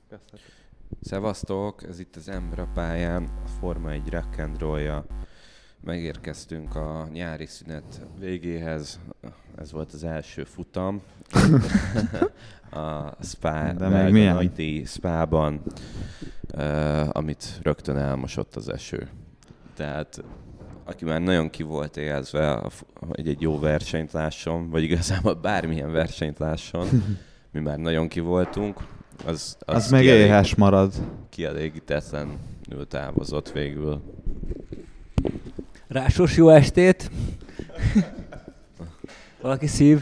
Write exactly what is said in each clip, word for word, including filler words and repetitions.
Szevasztok, ez itt az Embra pályán, a Forma egy rock and roll-ja. Megérkeztünk a nyári szünet végéhez, ez volt az első futam. a Spa, belga nagydíj Spában, uh, amit rögtön elmosott az eső. Tehát aki már nagyon ki volt élezve, hogy egy jó versenyt lásson, vagy igazából bármilyen versenyt lásson, mi már nagyon ki voltunk, az, az, az meg éhes marad. Kielégítetlenül távozott végül. Rásos jó estét! Valaki szív?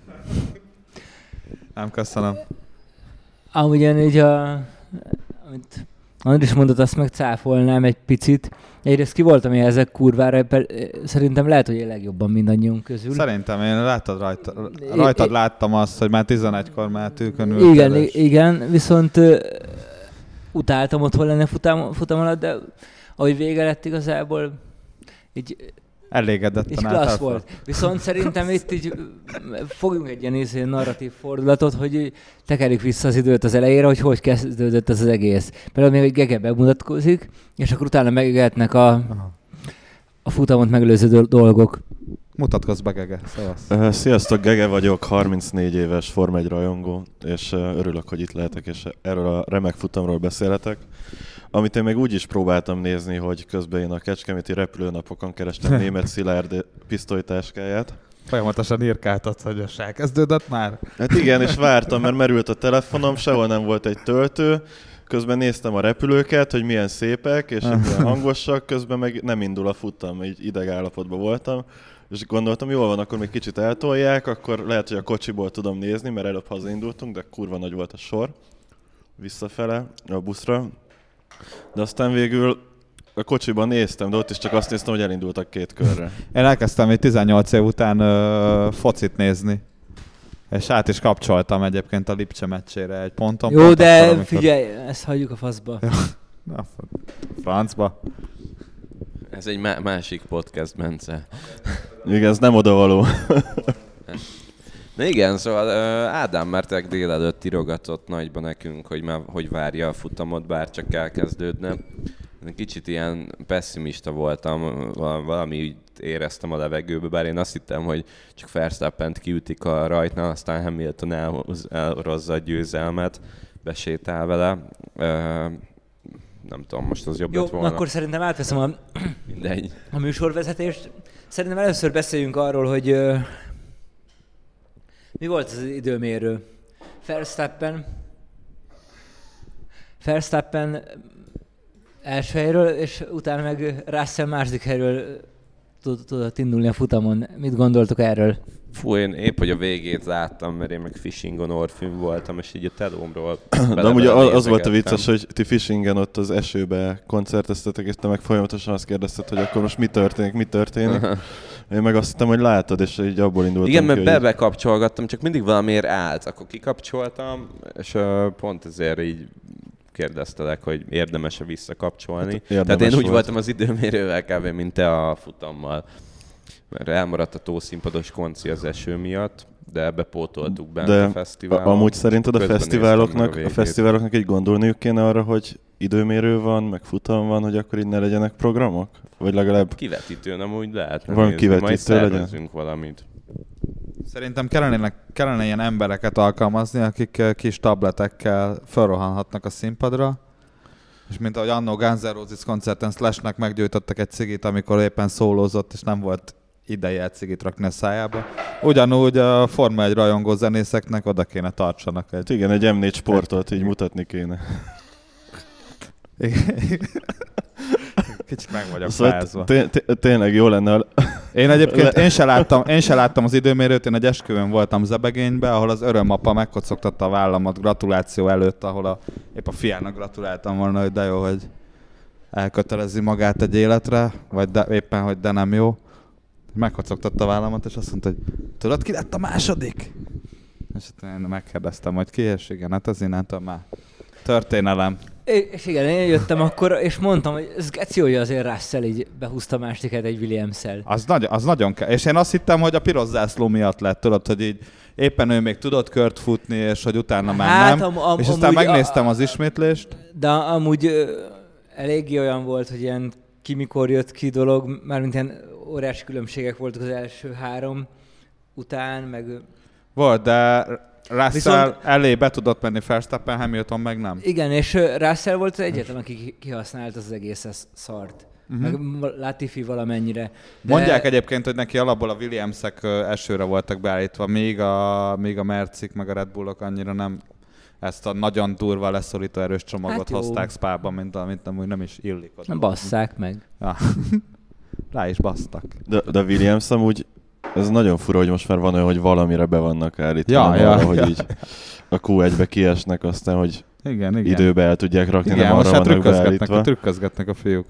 Nem, köszönöm. Amúgyan így a... amit Andris mondott, azt meg cáfolnám egy picit. Egyrészt ki voltam ezek kurvára, szerintem lehet, hogy én legjobban mindannyiunk közül. Szerintem én láttad rajta, rajtad é, láttam azt, hogy már tizenegykor már tűkön ültél. Igen, és... igen, viszont uh, utáltam otthon lenni futam, futam alatt, de ahogy vége lett igazából, így... Elégedetten klassz volt. Viszont szerintem itt így fogjunk egy ilyen izé narratív fordulatot, hogy tekerjük vissza az időt az elejére, hogy hogy kezdődött ez az egész. Például még egy Gege bemutatkozik, és akkor utána megjöhetnek a, a futamot megelőző dolgok. Mutatkozz be, Gege. Szevasz. Uh, sziasztok, Gege vagyok, harmincnégy éves Forma egy rajongó, és uh, örülök, hogy itt lehetek, és erről a remek futamról beszélhetek. Amit én még úgy is próbáltam nézni, hogy közben én a kecskeméti repülőnapokon kerestem Németh Szilárd pisztolytáskáját. Folyamatosan írkáltatsz, hogy az elkezdődött már? Hát igen, és vártam, mert merült a telefonom, sehol nem volt egy töltő. Közben néztem a repülőket, hogy milyen szépek, és milyen hangosak, közben meg nem indul a futam, így idegállapotban voltam. És gondoltam, jól van, akkor még kicsit eltolják, akkor lehet, hogy a kocsiból tudom nézni, mert előbb hazaindultunk, de kurva nagy volt a sor visszafele a buszra. De aztán végül a kocsiban néztem, de ott is csak azt néztem, hogy elindultak két körre. Én elkezdtem még tizennyolc év után ö, focit nézni. És át is kapcsoltam egyébként a Lipcse meccsére egy ponton. Jó, pont de akkor, amikor... figyelj, ezt hagyjuk a faszba. Na, francba. Ez egy má- másik podcast, Bence. Igen, ez nem odavaló. Na igen, szóval uh, Ádám már tek délelőtt írogatott nagyba nekünk, hogy már hogy várja a futamot, bár csak elkezdődne. Kicsit ilyen pessimista voltam, valami úgy éreztem a levegőbe, bár én azt hittem, hogy csak Verstappent kiütik a rajtnál, aztán Hamilton elrozza a győzelmet, besétál vele. Uh, nem tudom, most az jobb Jó, lett volna. akkor szerintem átveszem a, a műsorvezetést. Szerintem először beszéljünk arról, hogy uh, mi volt az időmérő? Verstappen, Verstappen első helyről, és utána meg Russell második helyről tudott indulni a futamon. Mit gondoltok erről? Fú, én épp, hogy a végét láttam, mert én meg Fishingon orfűn voltam, és így a telómról De amúgy az volt a vicces, hogy ti Fishingen ott az esőbe koncerteztetek, és te meg folyamatosan azt kérdezted, hogy akkor most mi történik, mi történik. Én meg azt hittem, hogy látod, és így abból indultam. Igen, ki, mert bebekapcsolgattam, csak mindig valamiért állt. Akkor kikapcsoltam, és uh, pont ezért így kérdeztelek, hogy érdemes-e visszakapcsolni. Hát érdemes. Tehát én úgy volt. voltam az időmérővel kb. Mint te a futammal. Mert elmaradt a tószínpados konci az eső miatt, de ebbe pótoltuk bent de a fesztiválon. Amúgy szerinted a fesztiváloknak, a, a fesztiváloknak így gondolniuk kéne arra, hogy időmérő van, meg futam van, hogy akkor így ne legyenek programok? Vagy legalább... Kivetítőn amúgy lehetne van nézni, kivetítő majd szervezünk legyen. valamit. Szerintem kellene, kellene ilyen embereket alkalmazni, akik kis tabletekkel felrohanhatnak a színpadra, és mint ahogy annó Guns N' Roses koncerten Slashnek meggyújtottak egy cigit, amikor éppen szólózott, és nem volt ideje egy cigit rakni a szájába. Ugyanúgy a Forma egy rajongó zenészeknek oda kéne tartsanak egy... Igen, egy em négy sportot így mutatni kéne. Kicsit meg vagyok szóval fázva. Té- té- tényleg jó lenne... A... Én egyébként én se, láttam, én se láttam az időmérőt, én egy esküvőn voltam Zebegénybe, ahol az örömapa megkocogtatta a vállamat gratuláció előtt, ahol a, épp a fiának gratuláltam volna, hogy de jó, hogy elkötelezi magát egy életre, vagy de, éppen, hogy de nem jó. Megkocogtatta a vállamat, és azt mondta, hogy tudod, ki lett a második? És én megkérdeztem, hogy ki, és igen, hát az innentől már történelem. És igen, én jöttem akkor, és mondtam, hogy ez geci, hogy azért Russell így behúzta másiket egy Williams-szel. Az, nagy, az nagyon kell. És én azt hittem, hogy a piros zászló miatt lett, tudod, hogy így éppen ő még tudott kört futni, és hogy utána már Hát, nem. am, am, és aztán megnéztem a, az ismétlést. De amúgy ö, eléggé olyan volt, hogy ilyen ki mikor jött ki dolog, mármint ilyen óriási különbségek voltak az első három után, meg... Volt, de Russell Viszont... elé be tudott menni Verstappen, Hamilton meg nem. Igen, és Russell volt az egyetlen, aki kihasznált az egész szart. Uh-huh. Meg Latifi valamennyire. De... Mondják egyébként, hogy neki alapból a Williamsek esőre voltak beállítva, még a, még a Mercik, meg a Red Bullok annyira nem ezt a nagyon durva leszorító erős csomagot hát hozták Spában, mint amit amúgy nem is illik. Nem basszák meg. Ja. Rá is basztak. De, de Williams amúgy, ez nagyon fura, hogy most már van olyan, hogy valamire be vannak állítva, ja, ja, arra, hogy ja. így a kú egybe kiesnek, aztán, hogy igen, igen. időbe el tudják rakni, igen, nem arra vannak vannak beállítva. Trükközgetnek a fiúk.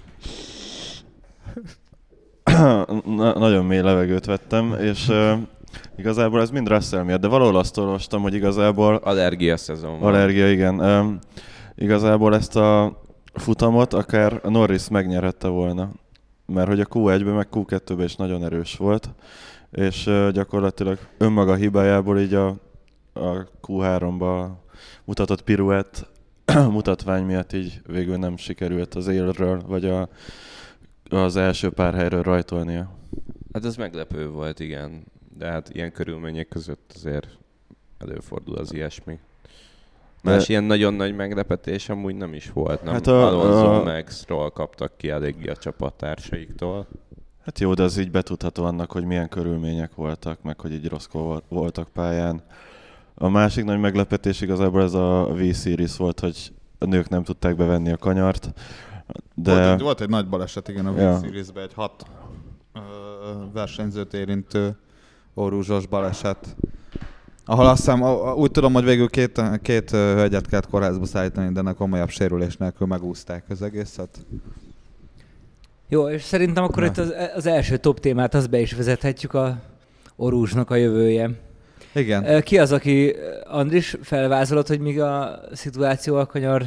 Na, nagyon mély levegőt vettem, és uh, igazából ez mind Russell miatt, de valahol azt olvastam, hogy igazából... Allergia szezon van. Allergia, igen. Um, igazából ezt a futamot akár Norris megnyerhette volna, mert hogy a kú egyben meg kú kettőben is nagyon erős volt, és uh, gyakorlatilag önmaga hibájából így a, a kú háromba mutatott piruett mutatvány miatt így végül nem sikerült az élről, vagy a az első pár helyről rajtolnia. Hát ez meglepő volt, igen. De hát ilyen körülmények között azért előfordul az ilyesmi. Más de... ilyen nagyon nagy meglepetés amúgy nem is volt, nem? Hát a, Alonso a... meg Stroll kaptak ki eléggé a csapattársaik-tól. Hát jó, de az így betudható annak, hogy milyen körülmények voltak, meg hogy így rosszkó voltak pályán. A másik nagy meglepetés igazából ez a V-Series volt, hogy a nők nem tudták bevenni a kanyart. De... Volt, egy, volt egy nagy baleset, igen, a V-Series-ben, egy hat ö, versenyzőt érintő órúzsos baleset. Ahol azt hiszem, úgy tudom, hogy végül két, két hölgyet kellett kórházba szállítani, de ennek komolyabb sérülés nélkül megúszták az egészet. Jó, és szerintem akkor ne. itt az, az első top témát, azt be is vezethetjük, a orúzsnak a jövője. Igen. Ki az, aki, Andris, felvázolod, hogy még a szituáció a kanyar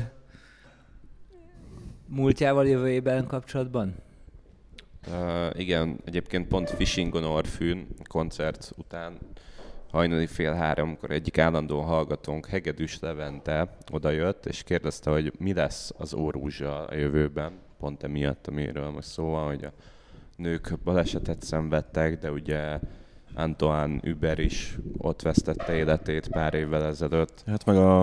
múltjával, jövőjében kapcsolatban? Uh, igen, egyébként pont Fishingon Orfűn koncert után hajnali fél háromkor egyik állandó hallgatónk, Hegedűs Levente odajött, és kérdezte, hogy mi lesz az órúzsa a jövőben, pont emiatt, amiről most szó van, hogy a nők balesetet szenvedtek, de ugye Antoine Hubert is ott vesztette életét pár évvel ezelőtt. Hát meg a,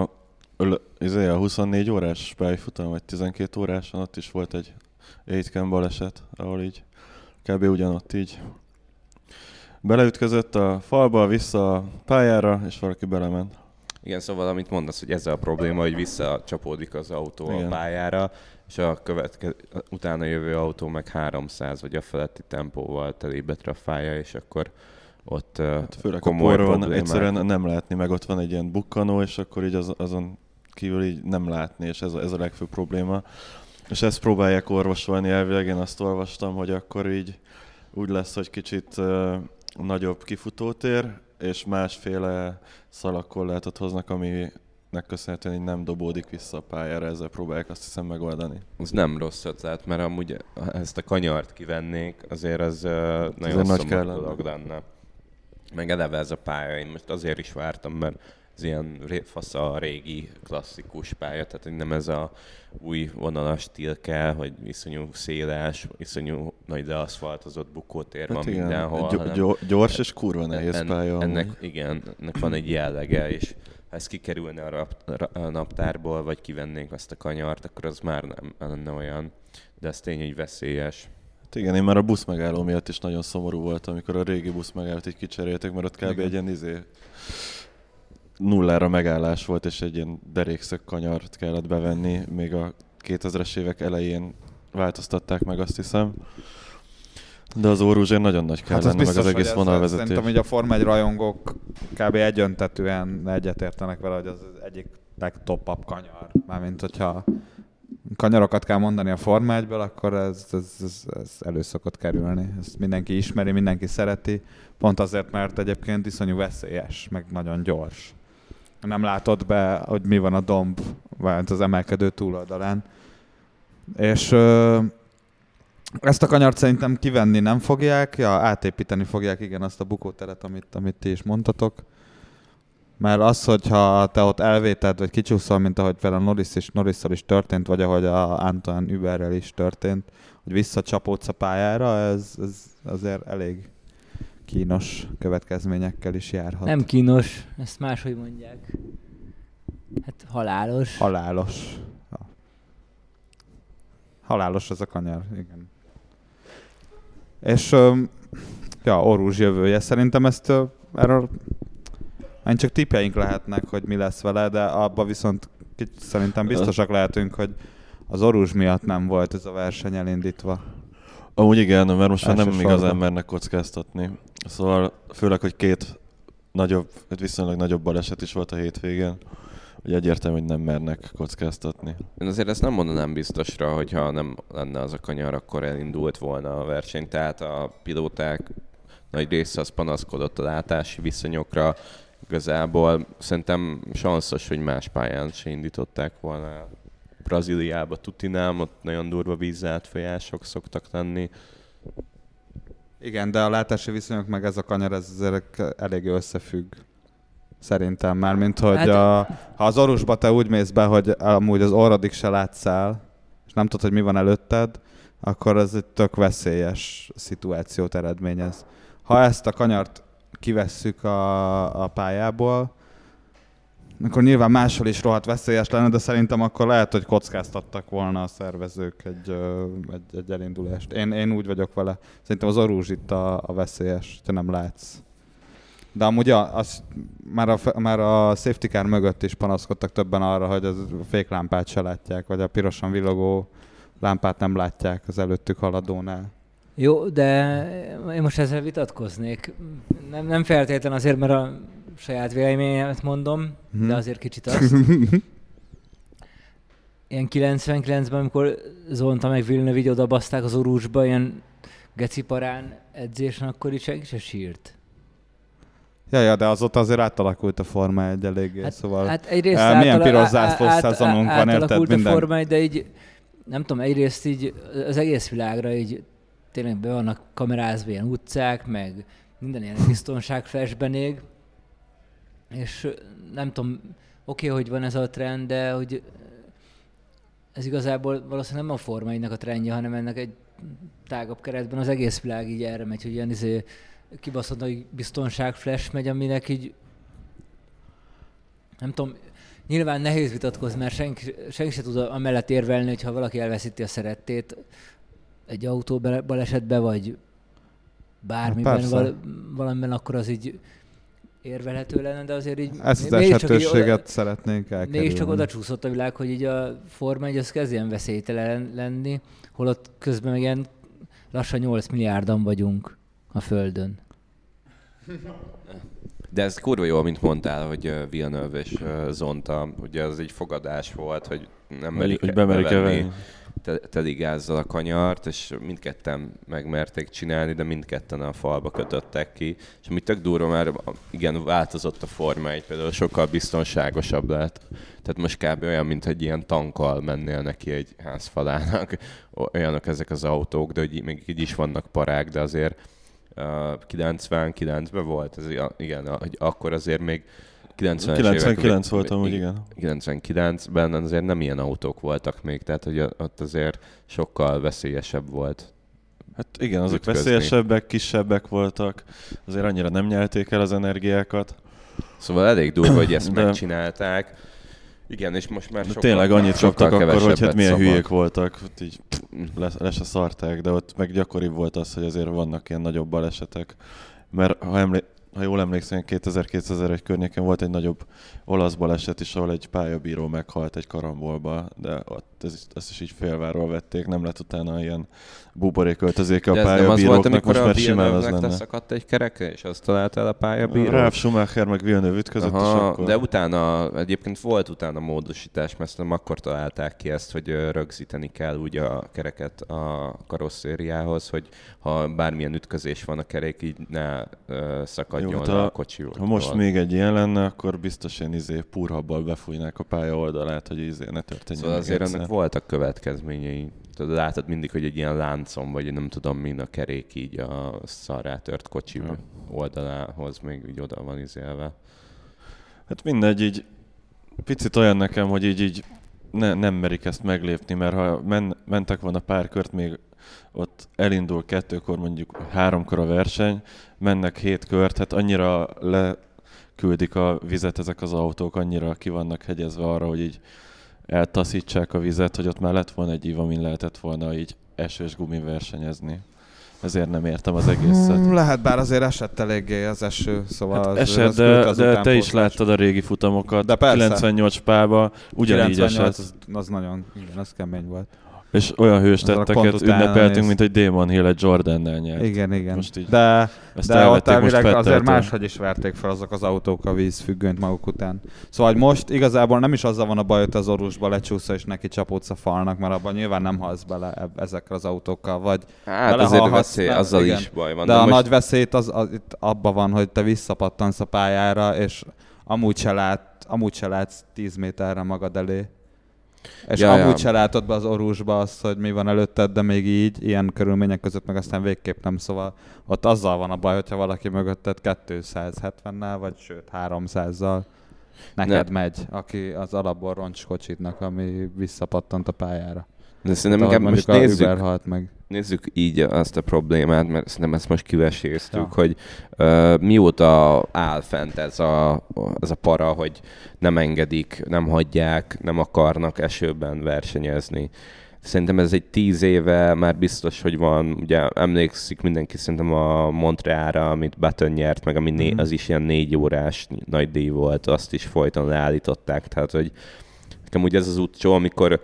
a huszonnégy órás pályafutam, vagy tizenkét óráson ott is volt egy Aitken baleset, ahol így kb. Ugyanott így beleütközött a falba, vissza a pályára, és valaki belement. Igen, szóval amit mondasz, hogy ez a probléma, hogy visszacsapódik az autó igen. a pályára, és a következő, utána jövő autó meg háromszáz vagy a feletti tempóval telébe trafálja, és akkor ott hát főleg komoly a problémák. egyszerűen nem látni, meg ott van egy ilyen bukkanó, és akkor így az, azon kívül így nem látni, és ez a, ez a legfőbb probléma. És ezt próbálják orvosolni elvileg, én azt olvastam, hogy akkor így úgy lesz, hogy kicsit uh, nagyobb kifutótér, és másféle szalagkorlátot hoznak, aminek köszönhetően így nem dobódik vissza a pályára, ezzel próbálják azt hiszem megoldani. Ez nem rossz ötlet, mert amúgy ezt a kanyart kivennék, azért az uh, nagyon ez szomorú dolog lenne. Meg eleve ez a pálya, én most azért is vártam, mert ez ilyen fasz a régi klasszikus pálya, tehát nem ez a új vonalas tilke, hogy iszonyú széles, iszonyú nagy leaszfaltozott bukótér hát van igen. mindenhol. Gy- gy- gyors és kurva nehéz en, pálya. Ennek, igen, ennek van egy jellege, és ha ez kikerülne a, rap, a naptárból, vagy kivennénk azt a kanyart, akkor az már nem lenne olyan, de ez tény, hogy veszélyes. Hát igen, én már a buszmegálló miatt is nagyon szomorú voltam, amikor a régi buszmegállót így kicseréltek, mert ott kb. Igen. egy ilyen izé nullára megállás volt, és egy ilyen derékszög kanyart kellett bevenni. Még a kétezres évek elején változtatták meg, azt hiszem. De az órúzsén nagyon nagy kell hát lenni, biztos, meg az egész vonalvezetés. Szerintem, hogy a Forma egy rajongók kb. Egyöntetően egyetértenek vele, hogy az egyik legtop-up kanyar. Mármint, hogyha kanyarokat kell mondani a Forma egyből, akkor ez, ez, ez, ez elő szokott kerülni. Ezt mindenki ismeri, mindenki szereti. Pont azért, mert egyébként iszonyú veszélyes, meg nagyon gyors. Nem látod be, hogy mi van a domb, vagy az emelkedő túloldalán. És ö, ezt a kanyart szerintem kivenni nem fogják, ja, átépíteni fogják, igen, azt a bukóteret, amit, amit ti is mondtatok. Mert az, hogyha te ott elvéted, vagy kicsúszol, mint ahogy például Norris is, Norrisszal is történt, vagy ahogy a Antoine Huberrel is történt, hogy visszacsapódsz a pályára, ez, ez azért elég kínos következményekkel is járhat. Nem kínos, ezt máshogy mondják. Hát halálos. Halálos. Ja. Halálos az a kanyar, igen. És ja, Orúzs jövője. Szerintem ezt erről én csak tippjeink lehetnek, hogy mi lesz vele, de abban viszont szerintem biztosak lehetünk, hogy az Orúzs miatt nem volt ez a verseny elindítva. Amúgy igen, mert most már nem Elsősorban. igazán mernek kockáztatni. Szóval főleg, hogy két nagyobb, viszonylag nagyobb baleset is volt a hétvégén, hogy egyértelmű, hogy nem mernek kockáztatni. Én azért ezt nem mondanám biztosra, hogyha nem lenne az a kanyar, akkor elindult volna a verseny. Tehát a pilóták nagy része az panaszkodott a látási viszonyokra. Igazából szerintem sanszos, hogy más pályán se indították volna. Brazíliába tutinám, ott nagyon durva vízátfolyások szoktak lenni. Igen, de a látási viszonyok meg ez a kanyar, ez azért elég összefügg. Szerintem már, mint hogy hát, a, ha az Orúzsba te úgy mész be, hogy amúgy az orrodig se látszál, és nem tudod, hogy mi van előtted, akkor ez egy tök veszélyes szituációt eredményez. Ha ezt a kanyart kivesszük a, a pályából, akkor nyilván máshol is rohadt veszélyes lenne, de szerintem akkor lehet, hogy kockáztattak volna a szervezők egy, egy, egy elindulást. Én, én úgy vagyok vele. Szerintem az Orúzs itt a, a veszélyes, ha nem látsz. De amúgy ja, az, már, a, már a safety car mögött is panaszkodtak többen arra, hogy a féklámpát se látják, vagy a pirosan villogó lámpát nem látják az előttük haladónál. Jó, de én most ezzel vitatkoznék. Nem, nem feltétlenül azért, mert a saját véleményemet mondom, hmm. de azért kicsit azt. Ilyen kilencvenkilencben, amikor Zonta meg Villeneuve így odabaszták az Orúzsba, ilyen geciparán edzésen, akkor így senki se sírt. Ja, ja, de azóta azért átalakult a Forma egy eléggé, hát, szóval hát egyrészt el, milyen átala, piros zászlós át, szezonunk át, van, érted? Átalakult Minden... a Forma egy, de így, nem tudom, egyrészt így az egész világra így tényleg be vannak kamerázva ilyen utcák, meg minden ilyen biztonságflashben ég, és nem tudom, oké, okay, hogy van ez a trend, de hogy ez igazából valószínűleg nem a Forma egynek a trendje, hanem ennek egy tágabb keretben az egész világ így erre megy, hogy ilyen izé, kibaszott nagy biztonságflash megy, aminek így nem tudom, nyilván nehéz vitatkozni, mert senki, senki se tud amellett érvelni, hogyha valaki elveszíti a szerettét egy autó balesetbe, vagy bármiben, val- valamiben, akkor az így érvelhető lenne, de azért így... Ezt az esetőséget oda, szeretnénk elkerülni. Mégiscsak oda csúszott a világ, hogy így a Forma egy az kezd ilyen veszélytelen lenni, holott közben meg ilyen lassan nyolc milliárdan vagyunk a Földön. De ez kurva jó, mint mondtál, hogy Villeneuve és Zonta, ugye az egy fogadás volt, hogy nem merik hogy bemerik bevenni teligázzal a kanyart, és mindketten megmerték csinálni, de mindketten a falba kötöttek ki. És ami tök durva, már igen, változott a Forma egy, például sokkal biztonságosabb lett. Tehát most kb. Olyan, mint egy ilyen tankkal mennél neki egy házfalának. Olyanok ezek az autók, de hogy még így is vannak parák, de azért uh, kilencvenkilencben volt, ez, igen, hogy akkor azért még kilencvenkilenc voltam, úgy igen. kilencvenkilencben azért nem ilyen autók voltak még, tehát hogy ott azért sokkal veszélyesebb volt. Hát igen, azok ütközni. Veszélyesebbek, kisebbek voltak, azért annyira nem nyelték el az energiákat. Szóval elég durva, hogy ezt de... megcsinálták. Igen, és most már de sokkal, tényleg annyit sokkal kaptak akkor, hogy hát milyen szabad. hülyék voltak, ott így le, le se szarták, de ott meg gyakoribb volt az, hogy azért vannak ilyen nagyobb balesetek. Mert ha emlé- ha jól emlékszem, kétezer-kétezer-egy környéken volt egy nagyobb olasz baleset is, ahol egy pályabíró meghalt egy karambolba, de ott ez, ezt is így félváról vették, nem lett utána ilyen buboréköltözéke a pályabíróknak, most már simán az lenne. Szakadt egy kereke, és azt találta el a pályabíró? Ralf Schumacher meg Villeneuve ütközött, Aha, és akkor... De utána, egyébként volt utána módosítás, mert nem akkor találták ki ezt, hogy rögzíteni kell úgy a kereket a karosszériához, hogy ha bármilyen ütközés van a kerék, így ne uh, szakadjon Jó, a, a kocsi. ha most még egy ilyen lenne, akkor biztos én izé púrhabbal befújnák a pálya oldalát, hogy izé ne történjen. Szóval azért egyszer. ennek voltak következményei. Tudod, látod mindig, hogy egy ilyen láncon, vagy nem tudom, mind a kerék így a szarrátört kocsi ja. oldalához még így oda van izélve. Hát mindegy, így picit olyan nekem, hogy így, így ne, nem merik ezt meglépni, mert ha men, mentek volna pár kört, még ott elindul kettőkor, mondjuk háromkor a verseny, mennek hét kört, hát annyira leküldik a vizet ezek az autók, annyira ki vannak hegyezve arra, hogy így eltaszítsák a vizet, hogy ott már lett volna egy ív, amin lehetett volna így esős gumin versenyezni. Ezért nem értem az egészet. Hmm, lehet, bár azért esett eléggé az eső, szóval... Hát az, esett, az de, az de te is láttad a régi futamokat. De persze. kilencvennyolc spába ugyanígy esett. Az, az nagyon, igen, az kemény volt. És olyan hőstetteket ünnepeltünk, mint hogy Damon Hill egy Jordannel nyert. Igen, igen. Most így de de ott elvileg azért Fetteltől. máshogy is verték fel azok az autók a vízfüggönyt maguk után. Szóval hogy most igazából nem is azzal van a baj, hogy az orvosba lecsúszol és neki csapódsz a falnak, mert abban nyilván nem halsz bele ezekkel az autókkal, vagy hát azért veszély, azzal igen. is baj van. De, de a most... nagy veszélyt az, az itt abban van, hogy te visszapattansz a pályára, és amúgy se, lát, amúgy se látsz tíz méterre magad elé. És ja, amúgy ja. se látod be az orvosba azt, hogy mi van előtted, de még így, ilyen körülmények között meg aztán végképp nem. Szóval ott azzal van a baj, hogyha valaki mögötted kétszázhetvennel, vagy sőt háromszázzal neked ne. megy, aki az alapból roncskocsidnak, ami visszapattant a pályára. De szerintem hát, most nézzük, halt meg. nézzük így azt a problémát, mert szerintem ezt most kiveséztük, ja. hogy uh, mióta áll fent ez a, ez a para, hogy nem engedik, nem hagyják, nem akarnak esőben versenyezni. Szerintem ez egy tíz éve már biztos, hogy van, ugye emlékszik mindenki szerintem a Montrealra, amit Button nyert, meg ami né- az is ilyen négy órás nagy díj volt, azt is folyton leállították, tehát hogy nekem ugye ez az utcsó, amikor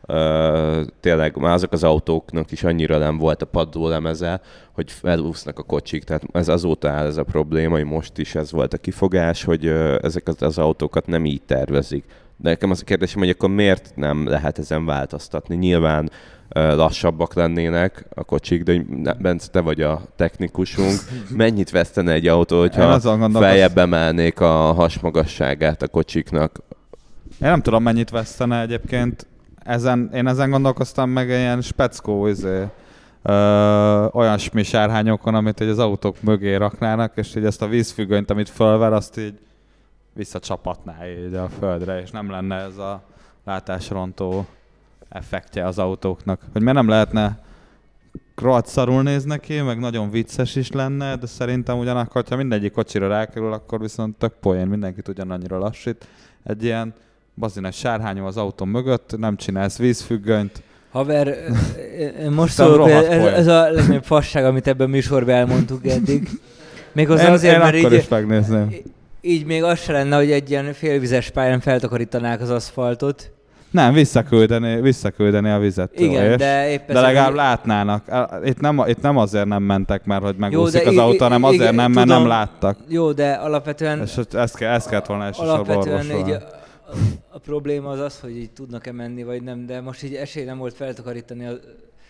Uh, tényleg már azok az autóknak is annyira nem volt a padlólemeze, hogy felúsznak a kocsik, tehát ez azóta áll ez a probléma, hogy most is ez volt a kifogás, hogy uh, ezeket az autókat nem így tervezik. De nekem az a kérdésem, hogy akkor miért nem lehet ezen változtatni? Nyilván uh, lassabbak lennének a kocsik, de Bence, te vagy a technikusunk. Mennyit vesztene egy autó, hogyha feljebb emelnék a hasmagasságát a kocsiknak? Én nem tudom, mennyit vesztene egyébként. Ezen, én ezen gondolkoztam meg ilyen speckó izé, ö, olyasmi sárhányokon, amit az autók mögé raknának, és így ezt a vízfüggönyt, amit fölver, azt így visszacsapatná így a földre, és nem lenne ez a látásrontó effektje az autóknak. Hogy miért nem lehetne rohadt szarul néz neki, meg nagyon vicces is lenne, de szerintem ugyanakkor, ha mindegyik kocsira rákerül, akkor viszont tök poén, mindenkit ugyanannyira lassít. Egy ilyen bazines sárhányom az autó mögött, nem csinálsz vízfüggönyt. Haver, most szólok, ez, ez a legnagyobb fasság, amit ebben a műsorban elmondtuk eddig. Méghozzá én, azért, én mert akkor így, is megnézném. Így még az se lenne, hogy egy ilyen félvizes pályán feltakarítanák az aszfaltot. Nem, visszaküldeni, visszaküldeni a vizet. Igen, de épp De legalább látnának. Itt nem, itt nem azért nem mentek, mert hogy megúszik az autó, hanem azért igen, nem, mert tudom, nem láttak. Jó, de alapvetően... És ezt, kell, ezt kellett volna elsősorban orvosolni. A, a probléma az az, hogy így tudnak-e menni, vagy nem, de most így esély nem volt feltakarítani a,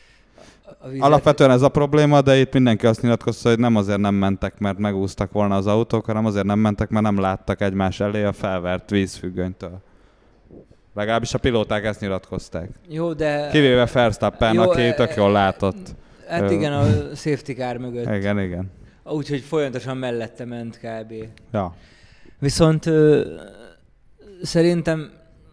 a vizet. Alapvetően ez a probléma, de itt mindenki azt nyilatkozta, hogy nem azért nem mentek, mert megúsztak volna az autók, hanem azért nem mentek, mert nem láttak egymás elé a felvert vízfüggönytől. Legalábbis a pilóták ezt nyilatkozták. Jó, de... Kivéve Verstappen, jó, aki tök jól látott. Hát igen, a safety car mögött. Igen, igen. Úgyhogy folyamatosan mellette ment kb. Ja. Viszont... Ö, szerintem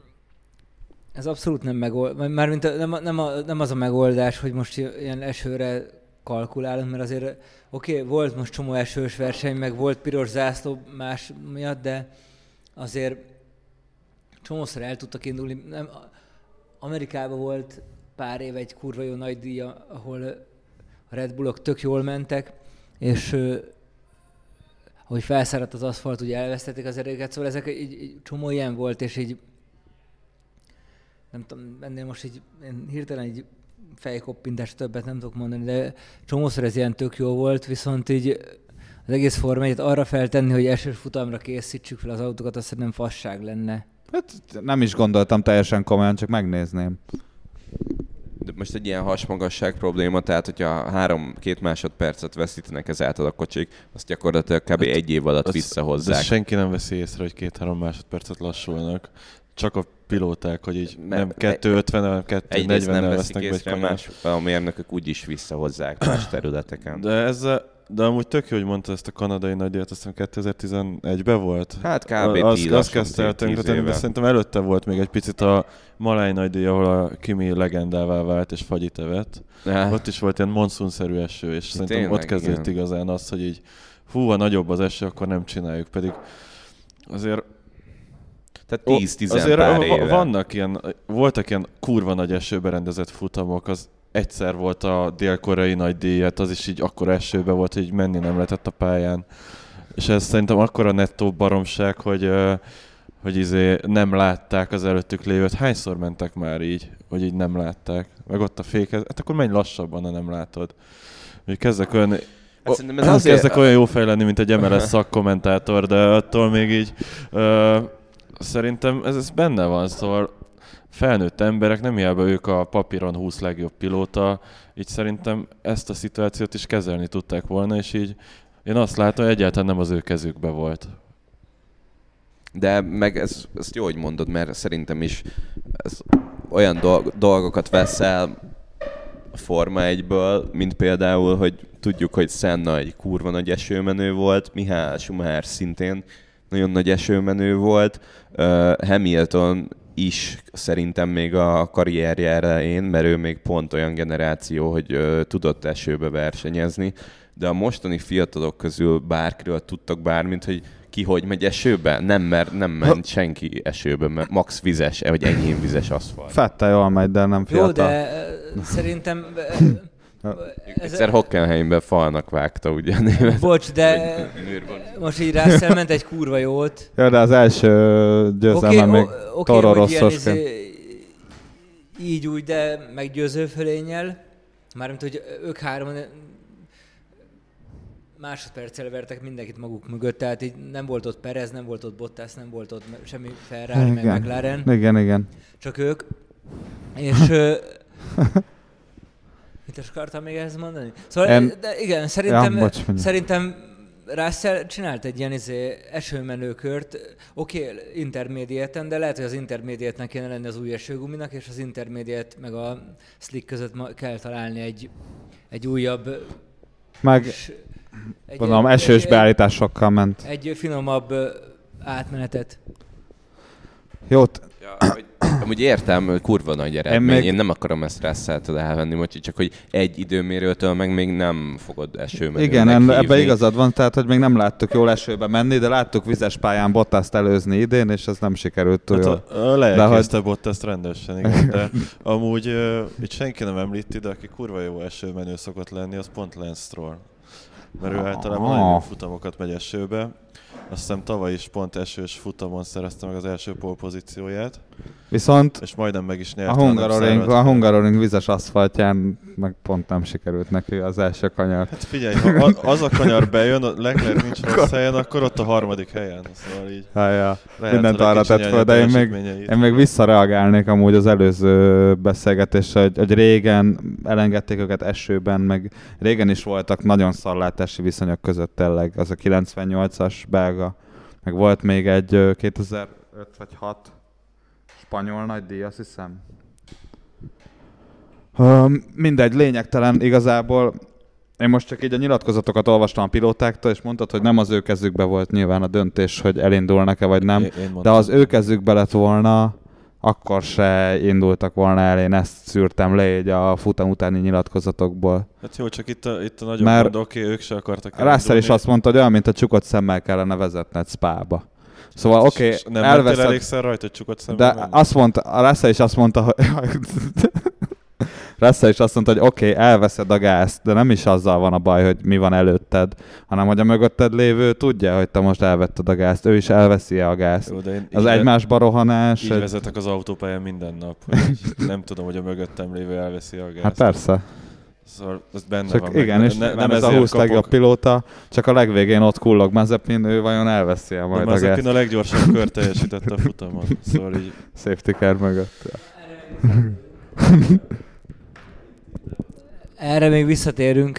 ez abszolút nem megoldás, mármint nem, nem, a, nem az a megoldás, hogy most ilyen esőre kalkulálunk, mert azért oké, okay, volt most csomó esős verseny, meg volt piros zászló más miatt, de azért csomószor el tudtak indulni. Nem, Amerikában volt pár év egy kurva jó nagy díja, ahol a Red Bullok tök jól mentek, és ahogy felszáradt az aszfalt, ugye elvesztették az erőket, szóval ezek így, így csomó ilyen volt, és így nem tudom, ennél most így én hirtelen így fejkoppintás többet nem tudok mondani, de csomószor ez ilyen tök jó volt, viszont így az egész Forma egyet arra feltenni, hogy esős futamra készítsük fel az autókat, azt szerintem fasság lenne. Hát nem is gondoltam teljesen komolyan, csak megnézném. De most egy ilyen hasmagasság probléma, tehát hogyha három-két másodpercet veszítenek ezáltal a kocsik, azt gyakorlatilag kb. Egy év alatt visszahozzák. De senki nem veszi észre, hogy két-három másodpercet lassulnak. Csak a pilóták, hogy így Mert nem kettő ötven, hanem kettő negyvennel vesznek be egy kanyart. más, a mérnökök úgyis visszahozzák más területeken. De ezzel, de amúgy tök jó, hogy mondta ezt a kanadai nagydíjat, azt hiszem kétezer-tizenegyben volt. Hát kb. Az, tíz, azt kezdte el tönkretenni, de szerintem előtte volt még egy picit a Maláj nagydíj, ahol a Kimi legendává vált és fagyit evett. Ja. Ott is volt ilyen monszunszerű eső, és szerintem tényleg, ott kezdődött igen. igazán az, hogy így hú, ha nagyobb az eső, akkor nem csináljuk, pedig azért tehát tíz-tizen azért pár éve. Vannak ilyen, voltak ilyen kurva nagy esőbe rendezett futamok, az egyszer volt a dél-koreai nagydíjat, az is így akkora esőbe volt, hogy így menni nem lehetett a pályán. És ez szerintem akkora nettó baromság, hogy, hogy izé nem látták az előttük lévőt. Hányszor mentek már így, hogy így nem látták? Meg ott a fékez, hát akkor menj lassabban, ha nem látod. Hogy kezdek olyan, hát ez azért... kezdek olyan jó fej lenni, mint egy em el es szakkommentátor, de attól még így uh, szerintem ez, ez benne van, szóval felnőtt emberek, nem hiába ők a papíron húsz legjobb pilóta, így szerintem ezt a szituációt is kezelni tudták volna, és így én azt látom, hogy egyáltalán nem az ő kezükbe volt. De meg ez, ezt jó, hogy mondod, mert szerintem is ez olyan dolg, dolgokat vesz el a Forma egyből, mint például, hogy tudjuk, hogy Senna egy kurva nagy esőmenő volt, Michael Schumacher szintén nagyon nagy esőmenő volt, uh, Hamilton is szerintem még a karrierje elején, mert ő még pont olyan generáció, hogy uh, tudott esőbe versenyezni, de a mostani fiatalok közül bárkiről tudtak bármint, hogy ki hogy megy esőbe? Nem, mert nem ment senki esőbe, mert max vizes, vagy enyhén vizes aszfalt. Fettel jól megy, de nem fiatal. Jó, de uh, szerintem... Uh, Egyszer Hockenheimben falnak vágta, ugye? Német. Bocs, de most így Russell ment egy kurva jót. Ja, de az első győzelmen okay, még okay, Toro Rosszosként. Így úgy, de meggyőző fölénnyel. Mármint, hogy ők három másodperccel vertek mindenkit maguk mögött, tehát így nem volt ott Perez, nem volt ott Bottas, nem volt ott semmi Ferrari, meg McLaren. Igen, igen. Csak ők. És... Mit akartam még ehhez mondani? Szóval, en... de igen, szerintem, ja, bocs, szerintem Russell csinált egy ilyen izé, esőmenőkört, oké, okay, intermédiáten, de lehet, hogy az intermédiátnak kéne lenni az új esőguminak, és az intermédiát meg a slick között ma kell találni egy, egy újabb... Meg, egy, gondolom, esős egy, beállításokkal ment. Egy finomabb átmenetet. Jót. Ja, hogy, amúgy értem, kurva nagy eredmény. Én, még... Én nem akarom ezt Russelltől elvenni, Mocsi, csak hogy egy időmérőtől meg még nem fogod esőmenőnek igen, ebben igazad van, tehát hogy még nem láttuk jól esőbe menni, de láttuk vizes pályán Bottaszt előzni idén, és ez nem sikerült túl jól. Hát lejegyezte hogy... Bottaszt rendesen, igen, de amúgy uh, itt senki nem említi, de aki kurva jó esőmenő szokott lenni, az pont Lance Stroll. Mert ő általában nagyon jó futamokat megy esőbe. Azt hiszem tavaly is pont esős futamon szerezte meg az első pole pozícióját. Viszont és majdnem meg is nyerte a Hungaroring, a Hungaroring vizes aszfaltján meg pont nem sikerült neki az első kanyar. Hát figyelj, ha az a kanyar bejön, a Leclerc nincs rossz helyen, akkor ott a harmadik helyen. Szóval így ha, ja. Mindent arra tett fel, de én még, én még visszareagálnék amúgy az előző beszélgetésre, hogy, hogy régen elengedték őket esőben, meg régen is voltak nagyon szarlátási viszonyok között tényleg, az a kilencvennyolcas belga, meg volt még egy kétezer-öt vagy hat spanyol nagydíj, azt hiszem. Um, mindegy, lényegtelen igazából. Én most csak így a nyilatkozatokat olvastam a pilótáktól, és mondtad, hogy nem az ő kezükbe volt nyilván a döntés, hogy elindulnak-e vagy nem, de az ő kezükbe lett volna, akkor se indultak volna el, én ezt szűrtem le így a futam utáni nyilatkozatokból. Hát jó, csak itt a, itt a nagyobb gond, oké, ők se akartak elindulni. Russell is azt mondta, hogy olyan, mint a csukott szemmel kellene vezetned Spába. Szóval oké, okay, nem elveszed... Nem elégszer rajta, hogy csukott szemmel de menni. Azt mondta, a Russell is azt mondta, hogy... Russell is azt mondta, hogy oké, okay, elveszed a gázt, de nem is azzal van a baj, hogy mi van előtted, hanem hogy a mögötted lévő tudja, hogy te most elvetted a gázt, ő is elveszi a gázt. Jó, az egymásba rohanás... Így egy... vezetek az autópályán minden nap. Nem tudom, hogy a mögöttem lévő elveszi a gázt. Hát persze. Szóval ez benne csak van. Igen, meg, és ne, nem ez a húsz legjobb pilóta, csak a legvégén ott kullog Mazepin, ő vajon elveszi -e majd a gázt. Mazepin a leggyorsabb kört teljesítette a futamon. Szóval így... Safety car mögött. Erre még visszatérünk.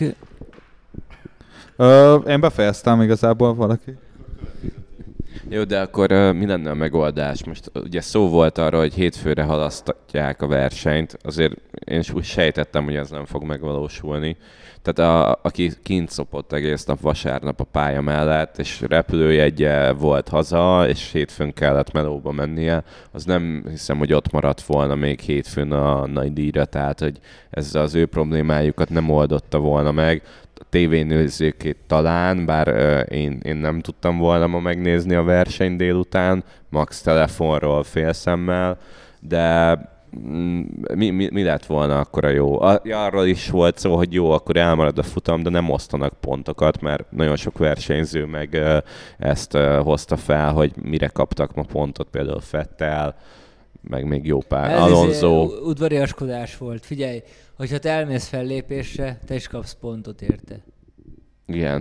Ö, én befejeztem igazából valaki. Jó, de akkor uh, mi lenne a megoldás? Most ugye szó volt arra, hogy hétfőre halasztatják a versenyt, azért én úgy sejtettem, hogy ez nem fog megvalósulni. Tehát a, aki kint szopott egész nap vasárnap a pálya mellett, és repülőjegye volt haza, és hétfőn kellett melóba mennie, az nem hiszem, hogy ott maradt volna még hétfőn a nagy díjra, tehát hogy ez az ő problémájukat nem oldotta volna meg. A tévénézőkét talán, bár uh, én, én nem tudtam volna ma megnézni a verseny délután, max telefonról félszemmel, de mi, mi, mi lett volna akkor a jó? A, arról is volt szó, hogy jó, akkor elmarad a futam, de nem osztanak pontokat, mert nagyon sok versenyző meg uh, ezt uh, hozta fel, hogy mire kaptak ma pontot, például Vettel, meg még jó pár, Ez Alonso. izé udvariaskodás volt. Figyelj, hogyha te elmész fellépésre, te is kapsz pontot érte. Igen.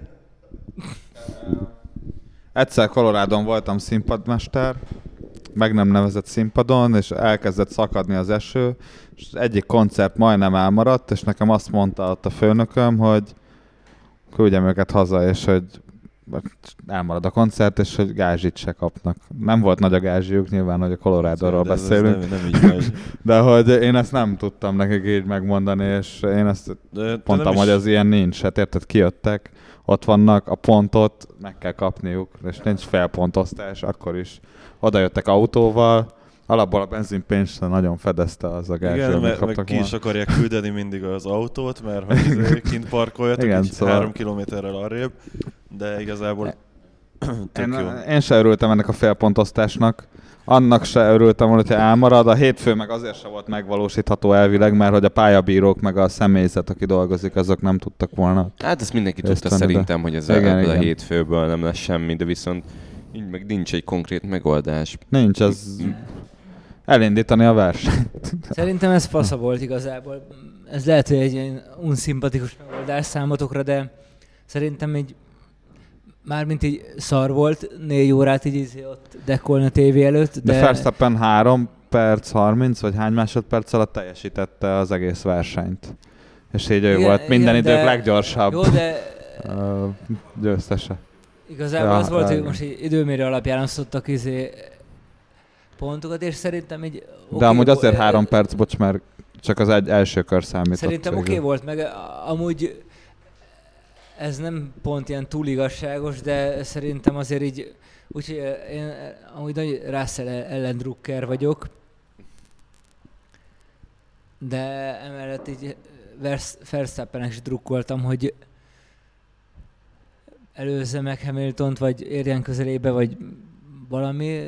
Egyszer Colorádon voltam színpadmester, meg nem nevezett színpadon, és elkezdett szakadni az eső, és az egyik koncert majdnem elmaradt, és nekem azt mondta ott a főnököm, hogy küldjem őket haza, és hogy elmarad a koncert, és hogy gázsit se kapnak. Nem volt nagy a gázsiuk, nyilván, hogy a Colorádóról beszélünk. Nem, nem így megy. De hogy én ezt nem tudtam nekik így megmondani, és én ezt De mondtam, hogy az ilyen nincs. Hát érted, kijöttek, ott vannak, a pontot meg kell kapniuk, és nincs felpontosztás, akkor is oda jöttek autóval, alapból a benzinpénzt nagyon fedezte az a gázsi, igen, amit meg, meg ki is akarják küldeni mindig az autót, mert ha kint parkoljatok, igen, így szóval... három kilométerrel arrébb, de igazából tök én, jó. Én se örültem ennek a félpontosztásnak. Annak se örültem volna, hogyha elmarad. A hétfő meg azért se volt megvalósítható elvileg, mert hogy a pályabírók meg a személyzet, aki dolgozik, azok nem tudtak volna. Hát ezt mindenki tudta venni, szerintem, hogy ez igen, a, igen. a hétfőből nem lesz semmi, de viszont így meg nincs egy konkrét megoldás. Nincs, ez elindítani a versenyt. Szerintem ez fasza volt igazából. Ez lehet, hogy egy ilyen unszimpatikus megoldás számotokra, de szerintem így mármint így szar volt négy órát így, így ott dekolni a tévé előtt, de... De Verstappen három perc harminc vagy hány másodperc alatt teljesítette az egész versenyt. És így ő igen, volt minden igen, idők de... leggyorsabb Jó, de... győztese. Igazából ja, az volt, ja, hogy most így időmérő alapján osztottak izé pontokat, és szerintem így... De okay, amúgy azért bo- három perc, bocs, mert csak az egy első kör számított. Szerintem oké okay volt, meg amúgy ez nem pont ilyen túl igazságos, de szerintem azért így, úgyhogy én amúgy nagy Russell ellen drukker vagyok, de emellett így Verstappennek is drukkoltam, hogy előzze meg Hamiltont, vagy érjen közelébe, vagy valami.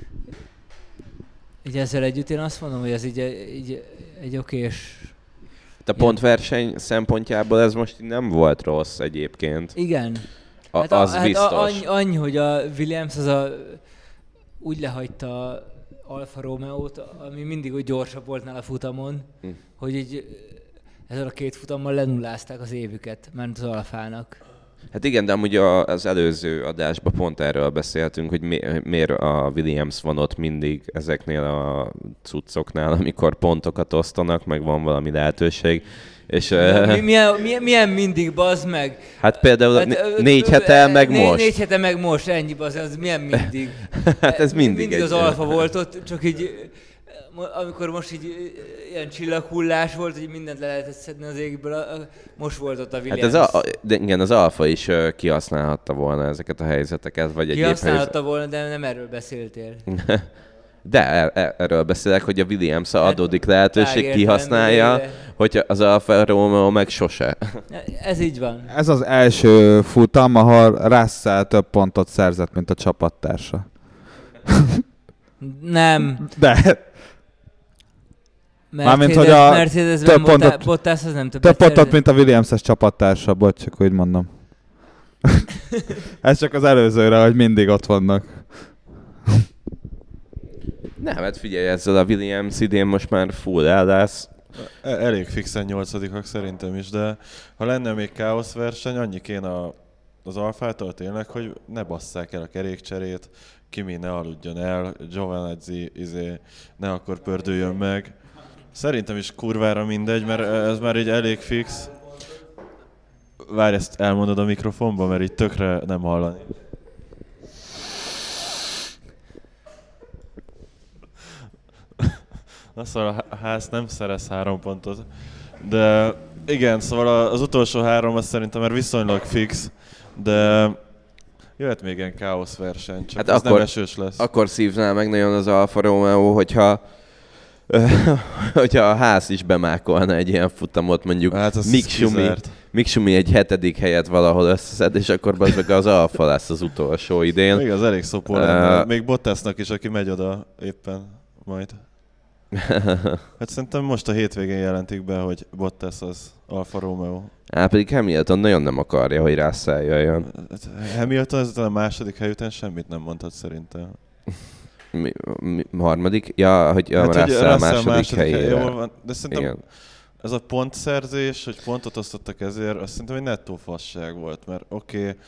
Így ezzel együtt én azt mondom, hogy ez így, így egy okés... A pontverseny szempontjából ez most nem volt rossz egyébként. Igen. A, hát az a, biztos. Hát annyi, annyi, hogy a Williams az a, úgy lehagyta Alfa Romeo-t, ami mindig úgy gyorsabb volt nála futamon, hm. hogy így ezzel a két futammal lenullázták az évüket, ment az Alfának. Hát igen, de amúgy az előző adásban pont erről beszéltünk, hogy mi, miért a Williams van ott mindig ezeknél a cuccoknál, amikor pontokat osztanak, meg van valami lehetőség. És, mi, milyen, milyen, milyen mindig, bazd meg? Hát például hát, négy hete meg né, most. Négy hete meg most, ennyi bazd, az milyen mindig? Hát ez mindig Mindig egy az Alfa volt ott, csak így... Amikor most így ilyen csillaghullás volt, hogy mindent le lehetett szedni az égből, most volt ott a Williams. Hát az a, de igen, az Alfa is kihasználhatta volna ezeket a helyzeteket, vagy egy Kihasználhatta volna, de nem erről beszéltél. De er, er, erről beszélek, hogy a Williams adódik lehetőség, kihasználja, hogyha az Alfa Romeo meg sose. Ez így van. Ez az első futam, ahol Russell több pontot szerzett, mint a csapattársa. Nem. De... Mármint, hogy a Mercedesben pontot, Bottas az nem több pontot, mint a Williams-es csapattársa, bocs, csak úgy mondom. Ez csak az előzőre, hogy mindig ott vannak. Nem, hát figyelj, ezzel a Williams idén most már full el lesz. Elég fixen nyolcadikak szerintem is, de ha lenne még káoszverseny, annyi kéne a, az Alfától tényleg, hogy ne basszák el a kerékcserét, Kimi ne aludjon el, Giovinazzi izé, ne akkor pördüljön meg. Szerintem is kurvára mindegy, mert ez már így elég fix. Várj, ezt elmondod a mikrofonba, mert így tökre nem hallani. Na szóval a ház nem szerez három pontot, de igen, szóval az utolsó három az szerintem már viszonylag fix, de jöhet még ilyen káosz verseny, csak hát ez akkor, nem esős lesz. Akkor szívnál meg nagyon az Alfa Romeo, hogyha hogyha a ház is bemákolna egy ilyen futamot, mondjuk hát Mick Schumi, Mick Schumi egy hetedik helyet valahol összeszed, és akkor az, az Alfa lesz az utolsó idén. Még az elég szopó uh, lenne. Még Bottasnak is, aki megy oda éppen majd. Hát szerintem most a hétvégén jelentik be, hogy Bottas az Alfa Romeo. Á, pedig Hamilton nagyon nem akarja, hogy Russell jöjjön. Hamilton ezután a második hely után semmit nem mondhat szerintem. Mi, mi, harmadik? Ja, hogy a hát, Russell, Russell második, második helyére. Hely, van. De szerintem igen. Ez a pontszerzés, hogy pontot osztottak ezért, azt szerintem egy nettó fasság volt, mert oké, okay,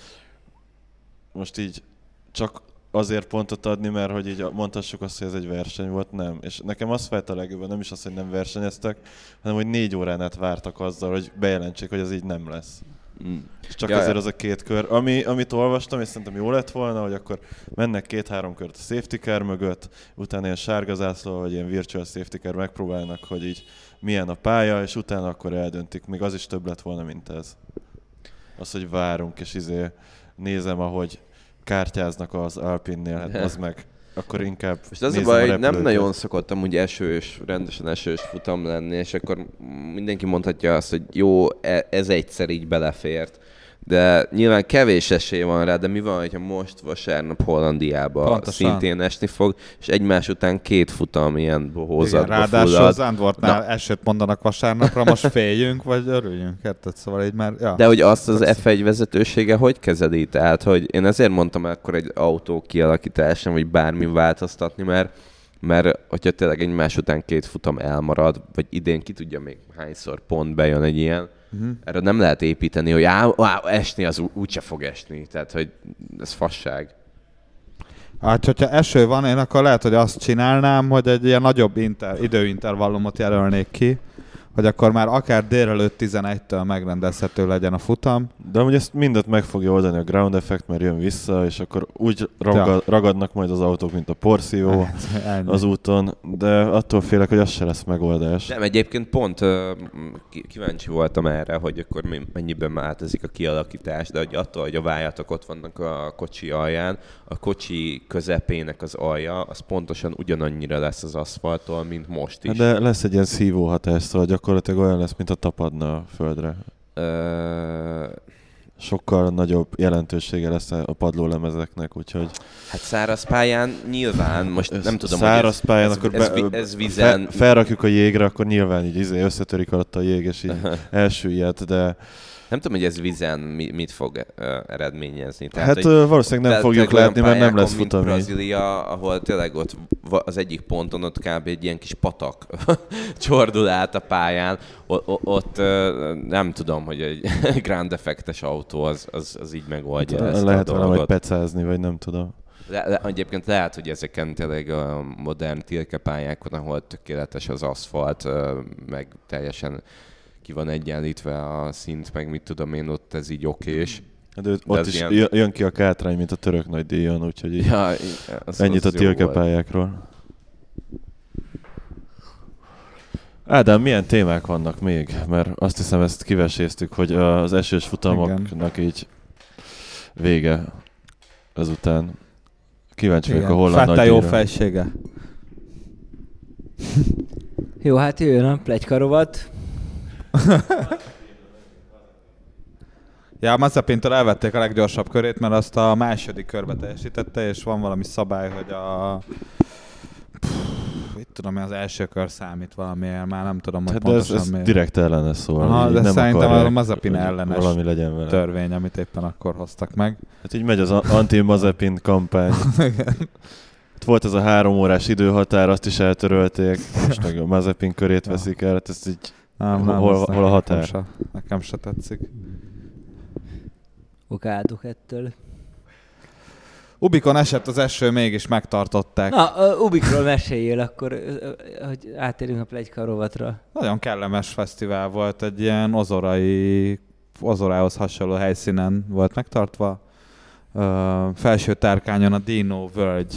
most így csak azért pontot adni, mert hogy így mondhassuk azt, hogy ez egy verseny volt, nem. És nekem az felt a legjobban, nem is az, hogy nem versenyeztek, hanem hogy négy órán át vártak azzal, hogy bejelentsék, hogy ez így nem lesz. Mm. És csak ja, azért az a két kör, ami, amit olvastam, és szerintem jó lett volna, hogy akkor mennek két-három kört a safety car mögött, utána ilyen sárga zászló, vagy ilyen virtual safety car megpróbálnak, hogy így milyen a pálya, és utána akkor eldöntik. Még az is több lett volna, mint ez. Az, hogy várunk, és izé nézem, ahogy kártyáznak az Alpinnél, hát az meg akkor inkább most az a baj, hogy nem nagyon szokott amúgy esős, rendesen esős futam lenni, és akkor mindenki mondhatja azt, hogy jó, ez egyszer így belefért. De nyilván kevés esély van rá, de mi van, hogyha most vasárnap Hollandiába pontosan szintén esni fog, és egymás után két futam ilyen bohózatba fullad. Ráadásul az Zandvoortnál esőt mondanak vasárnapra, most féljünk, vagy örüljünk, érted? Szóval így már, ja. De hogy azt az ef egy vezetősége hogy kezeli? Tehát, hogy én ezért mondtam akkor egy autó kialakításra, vagy bármi változtatni, mert mert hogyha tényleg egymás után két futam elmarad, vagy idén ki tudja még hányszor pont bejön egy ilyen, uh-huh. erre nem lehet építeni, hogy á, á, esni az úgyse fog esni. Tehát, hogy ez fasság. Hát, hogyha eső van, én akkor lehet, hogy azt csinálnám, hogy egy ilyen nagyobb inter, időintervallumot jelölnék ki, hogy akkor már akár délelőtt tizenegytől megrendezhető legyen a futam. De amúgy ezt mindet meg fogja oldani a ground effect, mert jön vissza, és akkor úgy ragad, ja. ragadnak majd az autók, mint a porszívó az úton, de attól félek, hogy az se lesz megoldás. Nem, egyébként pont uh, kíváncsi voltam erre, hogy akkor mennyiben változik a kialakítás, de hogy attól, hogy a vájatok ott vannak a kocsi alján, a kocsi közepének az alja, az pontosan ugyanannyira lesz az aszfalttól, mint most is. De lesz egy ilyen szívó hatás, szóval gyakorlatilag olyan lesz, mint a tapadna a földre. Ö... Sokkal nagyobb jelentősége lesz a padlólemezeknek, úgyhogy... Hát száraz pályán nyilván, most ez nem tudom, száraz hogy ez, pályán, ez, akkor ez, be, ez vízen... Fe, felrakjuk a jégre, akkor nyilván így izé összetörik alatt a jég, és így elsüllyed, de... Nem tudom, hogy ez vízen mit fog uh, eredményezni. Tehát, hát hogy, valószínűleg nem fogjuk látni, mert nem lesz futam. Brazília, ahol tényleg ott az egyik ponton ott kb. Egy ilyen kis patak csordul át a pályán. O- o- ott uh, nem tudom, hogy egy Grand Effectes autó az, az, az így megoldja hát, ezt lehet a dolgot. Lehet valahogy pecázni, vagy nem tudom. Le, le, egyébként lehet, hogy ezeken tényleg a modern tilkepályákon, ahol tökéletes az aszfalt, uh, meg teljesen ki van egyenlítve a szint, meg mit tudom én, ott ez így okés. De, de ott is ilyen... jön ki a kátrány, mint a török nagydíjon, úgyhogy így ja, az, ennyit az a tilkepályákról. Ádám, milyen témák vannak még? Mert azt hiszem, ezt kiveséztük, hogy az esős futamoknak igen. így vége ezután. Kíváncsi vagyok a holland nagydíjra. Fette jó felsége. Jó, hát jöjjön a pletykarovat. Ja, Mazepintől elvették a leggyorsabb körét, mert azt a második körbe teljesítette, és van valami szabály, hogy a... Pff, itt tudom, hogy az első kör számít valamiért, már nem tudom, hogy hát pontosan ez, ez miért. direkt ellenes szól. Aha, de nem szerintem a Mazepin ellenes valami legyen vele. Törvény, amit éppen akkor hoztak meg. Hát így megy az anti-Mazepin kampány. Volt ez a három órás időhatár, azt is eltörölték, most meg a Mazepin körét ja. veszik el, hát ez így nem, nem, hol, hol a határ? Nekem se, nekem se tetszik. Okádok ettől. Ubikon esett az eső, mégis megtartották. Na, uh, Ubikról meséljél akkor, uh, hogy átérjünk a pletyka rovatra. Nagyon kellemes fesztivál volt, egy ilyen ozorai, ozorához hasonló helyszínen volt megtartva. Uh, felső tárkányon a Dino völgy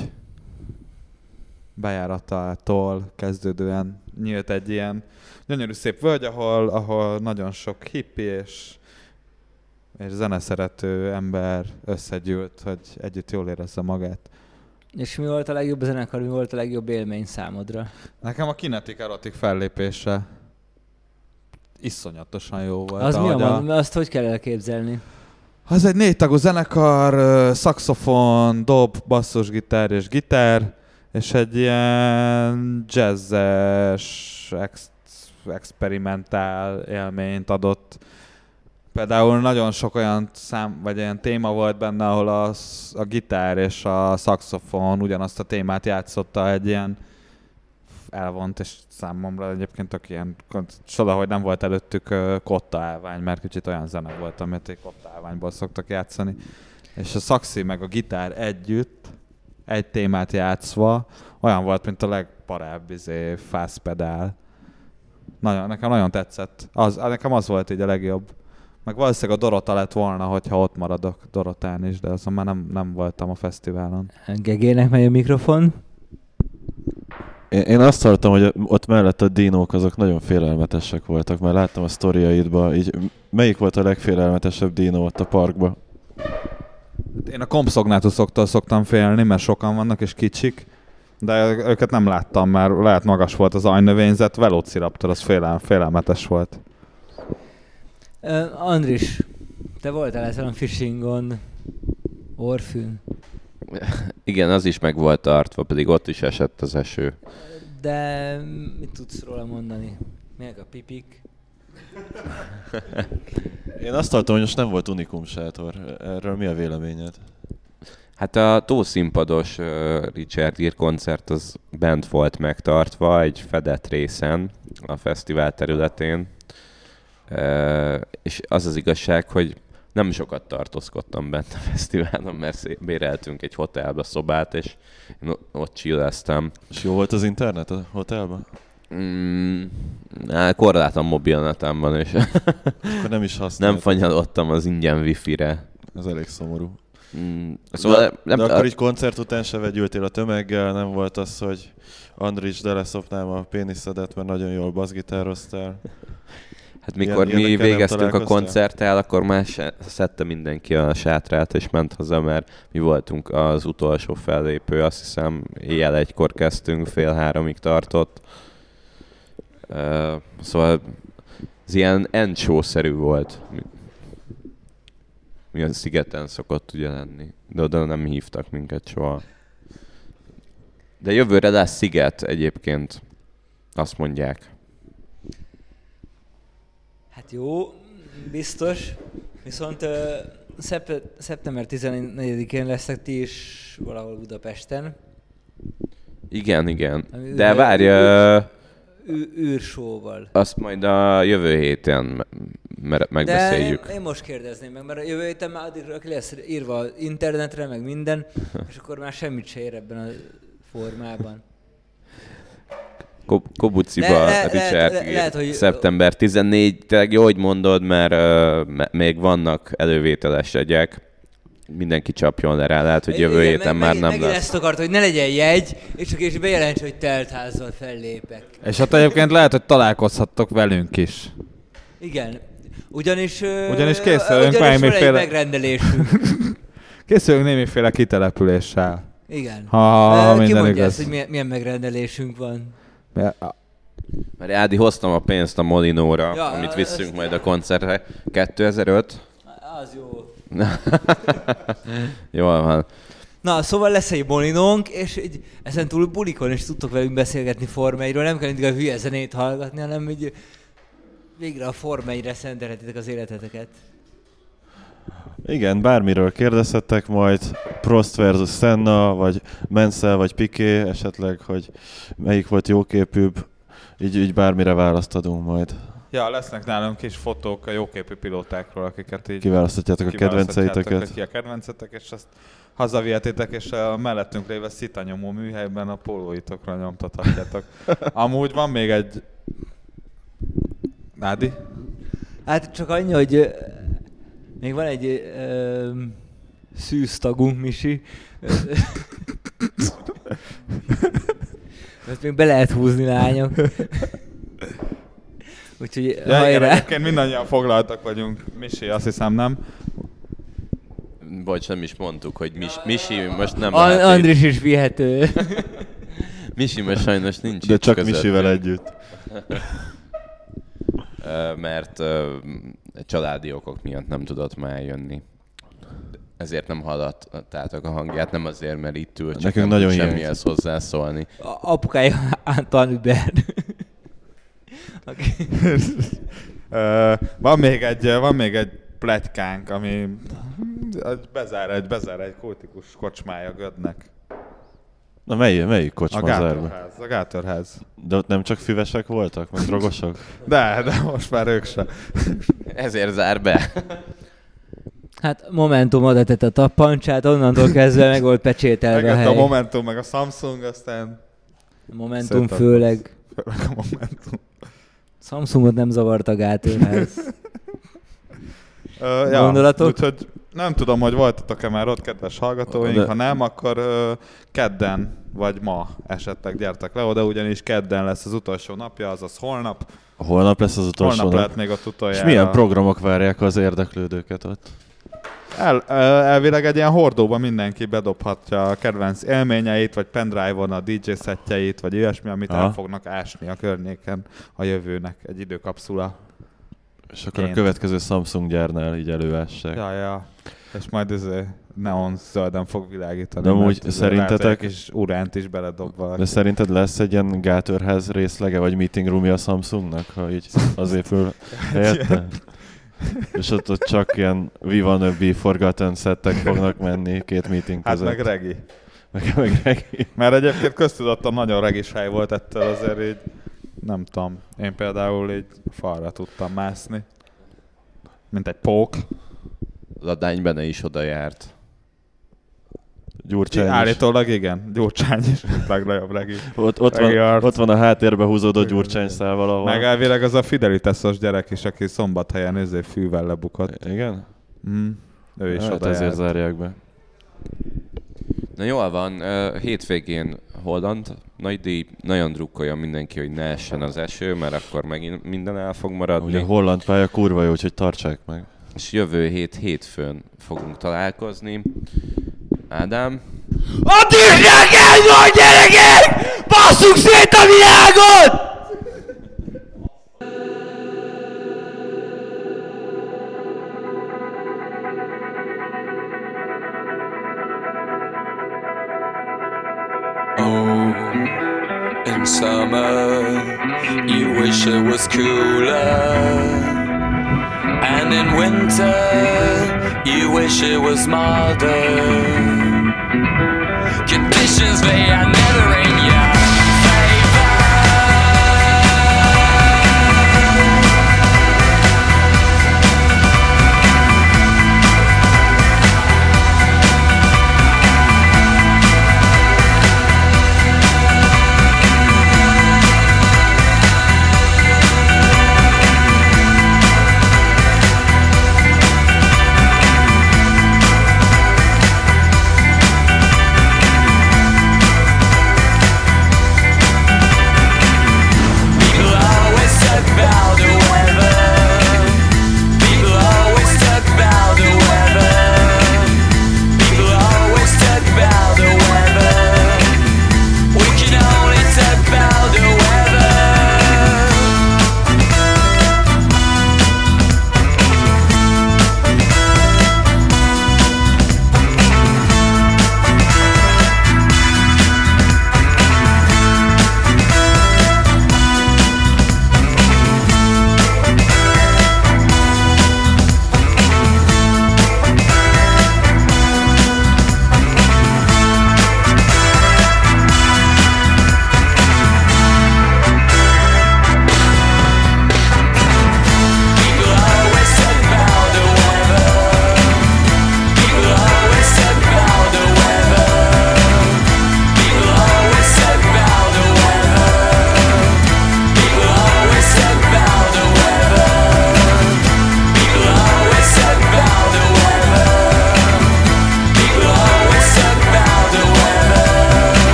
bejáratától kezdődően nyílt egy ilyen gyönyörű szép völgy, ahol, ahol nagyon sok hippi és, és zeneszerető ember összegyűlt, hogy együtt jól érezze magát. És mi volt a legjobb zenekar, mi volt a legjobb élmény számodra? Nekem a Kinetic Erotic fellépése iszonyatosan jó volt. Az mi a, a... a... Azt hogy kell elképzelni? Az egy négytagú zenekar, szaxofon, dob, basszusgitár és gitár, és egy ilyen jazzes, ex- experimentál élményt adott. Például nagyon sok olyan szám, vagy olyan téma volt benne, ahol a, a gitár és a szaxofon ugyanazt a témát játszotta egy ilyen elvont, és számomra egyébként tök ilyen csoda, hogy nem volt előttük uh, kotta állvány, mert kicsit olyan zene volt, amit egy kotta állványból szoktak játszani. És a szaxi meg a gitár együtt, egy témát játszva, olyan volt, mint a legparább izé, fászpedál. Nagyon, nekem nagyon tetszett. Az, nekem az volt így a legjobb. Meg valószínűleg a Dorota lett volna, hogyha ott maradok Dorotán is, de azon már nem, nem voltam a fesztiválon. Gegének megy a mikrofon. Én azt hallottam, hogy ott mellett a dinók azok nagyon félelmetesek voltak, mert láttam a sztoriaidban, így melyik volt a legfélelmetesebb dinó ott a parkban? Én a Compsognathuszoktól szoktam félni, mert sokan vannak és kicsik, de őket nem láttam, mert lehet magas volt az ajnövényzet, Velociraptor az félel, félelmetes volt. Uh, Andris, te voltál ezen a fishingon, Orfűn. Igen, az is meg volt tartva, pedig ott is esett az eső. De mit tudsz róla mondani? Milyenek a pipik? Én azt hallottam, hogy most nem volt Unikum sátor. Erről mi a véleményed? Hát a tószínpados uh, Richard Gere koncert az bent volt megtartva egy fedett részen a fesztivál területén. Uh, és az az igazság, hogy nem sokat tartózkodtam bent a fesztiválon, mert béreltünk egy hotelbe szobát, és én ott chilleztem. És jó volt az internet a hotelben? Mm, korlátom mobilnetem van, és akkor nem is használtam. Nem fanyalodtam az ingyen wifi-re. Ez elég szomorú. Mm, szóval de, nem, de akkor így koncert után se vegyültél a tömeggel, nem volt az, hogy Andris, de leszopnám a péniszedet, mert nagyon jól basszgitároztál. Hát mikor ilyen, mi végeztünk a koncerttel, akkor már szedte mindenki a sátrát és ment haza, mert mi voltunk az utolsó fellépő, azt hiszem éjjel egykor kezdtünk, fél háromig tartott. Uh, szóval ez ilyen end show-szerű volt. Mi a Szigeten szokott ugye lenni, de oda nem hívtak minket soha. De jövőre lesz Sziget egyébként, azt mondják. Hát jó, biztos. Viszont uh, szep- szeptember tizennegyedikén lesznek ti is valahol Budapesten. Igen, igen. De várj... űrsóval. Azt majd a jövő héten megbeszéljük. De én, én most kérdezném meg, mert a jövő héten már addigra lesz írva internetre, meg minden, és akkor már semmit se ér ebben a formában. Kobuciba, le, Richard, le, le, lehet, hogy szeptember tizennegyedike, tényleg jó, hogy mondod, mert uh, még vannak elővételes jegyek. Mindenki csapjon le rá, lehet, hogy jövő igen, héten meg, már meg, nem lesz. Ezt akart, hogy ne legyen jegy, és csak is bejelents, hogy teltházzal fellépek. És hát egyébként lehet, hogy találkozhattok velünk is. Igen. Ugyanis, ugyanis készülünk némiféle... megrendelésünk. készülünk némiféle kitelepüléssel. Igen. Ha, ha Ki minden mondja igaz. ezt, hogy milyen, milyen megrendelésünk van? Mert Ádi, hoztam a pénzt a Molinóra, ja, amit visszünk ezt... majd a koncertre. kétezer-öt Az jó. Jól van. Na, szóval lesz egy Molinónk, és így ezen túl bulikon is tudtok velünk beszélgetni formairól. Nem kell mindig a hülye zenét hallgatni, hanem így végre a formaire szentelhetitek az életeteket. Igen, bármiről kérdezhettek majd, Prost versus Senna, vagy Mansell, vagy Piqué, esetleg, hogy melyik volt jóképűbb, így, így bármire választ adunk majd. Ja, lesznek nálunk is fotók a jóképű pilótákról, akiket így kiválaszthatjátok a kedvenceiteket. Ki a kedvencetek, és azt hazavihetitek, és a mellettünk lévő szitanyomó műhelyben a pólóitokra nyomtathatjátok. Amúgy van még egy... Nádi? Hát csak annyi, hogy ö, még van egy ö, szűz tagunk, Misi. Ezt még be lehet húzni, lányok. Úgyhogy Ja, hajrá. igen, egyébként mindannyian foglaltak vagyunk. Misi, azt hiszem nem. Bocs, nem is mondtuk, hogy Mis, Misi most nem An- lehet Andris is vihető. Misi most sajnos nincs De itt csak közöttünk. Misivel együtt. Ö, mert uh, családi okok miatt nem tudott már jönni. Ezért nem hallottátok a hangját, nem azért, mert itt ül, csak Nekünk nem nagyon tud hiányzik. semmihez hozzászólni. A- apukája Antoine Hubert. Aki... Ö, van még egy, van még egy pletykánk, ami egy bezár egy, bezár egy kultikus kocsmája Gödnek. Na mely, melyik A kocsma zárva? Gátorház. A Gátorház. De ott nem csak füvesek voltak, meg drogosok? De, de most már ők sem. Ezért zár be. Hát Momentum oda tett a tappancsát, onnantól kezdve meg volt pecsételve a Megjött a hely. Momentum, meg a Samsung, aztán Momentum Szépen főleg. főleg a Momentum. Samsungot nem zavart a Gátorház. Ö, ja, Gondolatok? Úgyhogy nem tudom, hogy voltatok-e már ott, kedves hallgatóink, De- ha nem, akkor ö, kedden vagy ma esetleg gyertek le oda, ugyanis kedden lesz az utolsó napja, azaz holnap. Holnap lesz az utolsó Holnap nap. lehet még ott utoljára. És milyen programok várják az érdeklődőket ott? El, elvileg egy ilyen hordóban mindenki bedobhatja a kedvenc élményeit, vagy pendrive-on a dé dzsé szettjeit, vagy ilyesmi, amit Aha. el fognak ásni a környéken a jövőnek. Egy időkapszula. És akkor Ként. a következő Samsung gyárnál így előássák. Ja, ja. És majd ez neon zölden fog világítani. De amúgy mert ez szerintetek- lehet, hogy egy kis uránt is beledob valaki. De szerinted lesz egy ilyen Gátorház részlege, vagy meeting roomja a Samsungnak, ha így az épül helyette? És ott, ott csak ilyen We Wanna Be Forgotten szettek fognak menni két meeting Hát között. meg regi. meg, meg regi. Mert egyébként köztudottan nagyon regis hely volt, ettől azért így, nem tudom, én például így falra tudtam mászni. Mint egy pók. Ladány benne is oda járt. Gyurcsány is. Állítólag igen, Gyurcsány is, legnagyobb regi. Ott, ott, Regi van, arc. ott van a háttérbe húzódó Gyurcsány szál valahol. Meg elvileg az a Fidelitas-os gyerek is, aki Szombathelyen ezért fűvel lebukott. Igen? Mm. Ő is Hát oda ezért járt. zárják be. Na jól van, uh, hétvégén Holland nagy díj, nagyon drukkolja mindenki, hogy ne essen az eső, mert akkor megint minden el fog maradni. Ugye a holland pálya kurva jó, úgyhogy tartsák meg. És jövő hét hétfőn fogunk találkozni. Ádám? Addig neked van, gyerekek! Basszuk szét a világot! Oh, in summer, you wish it was cooler. And in winter, you wish it was milder. Conditions they are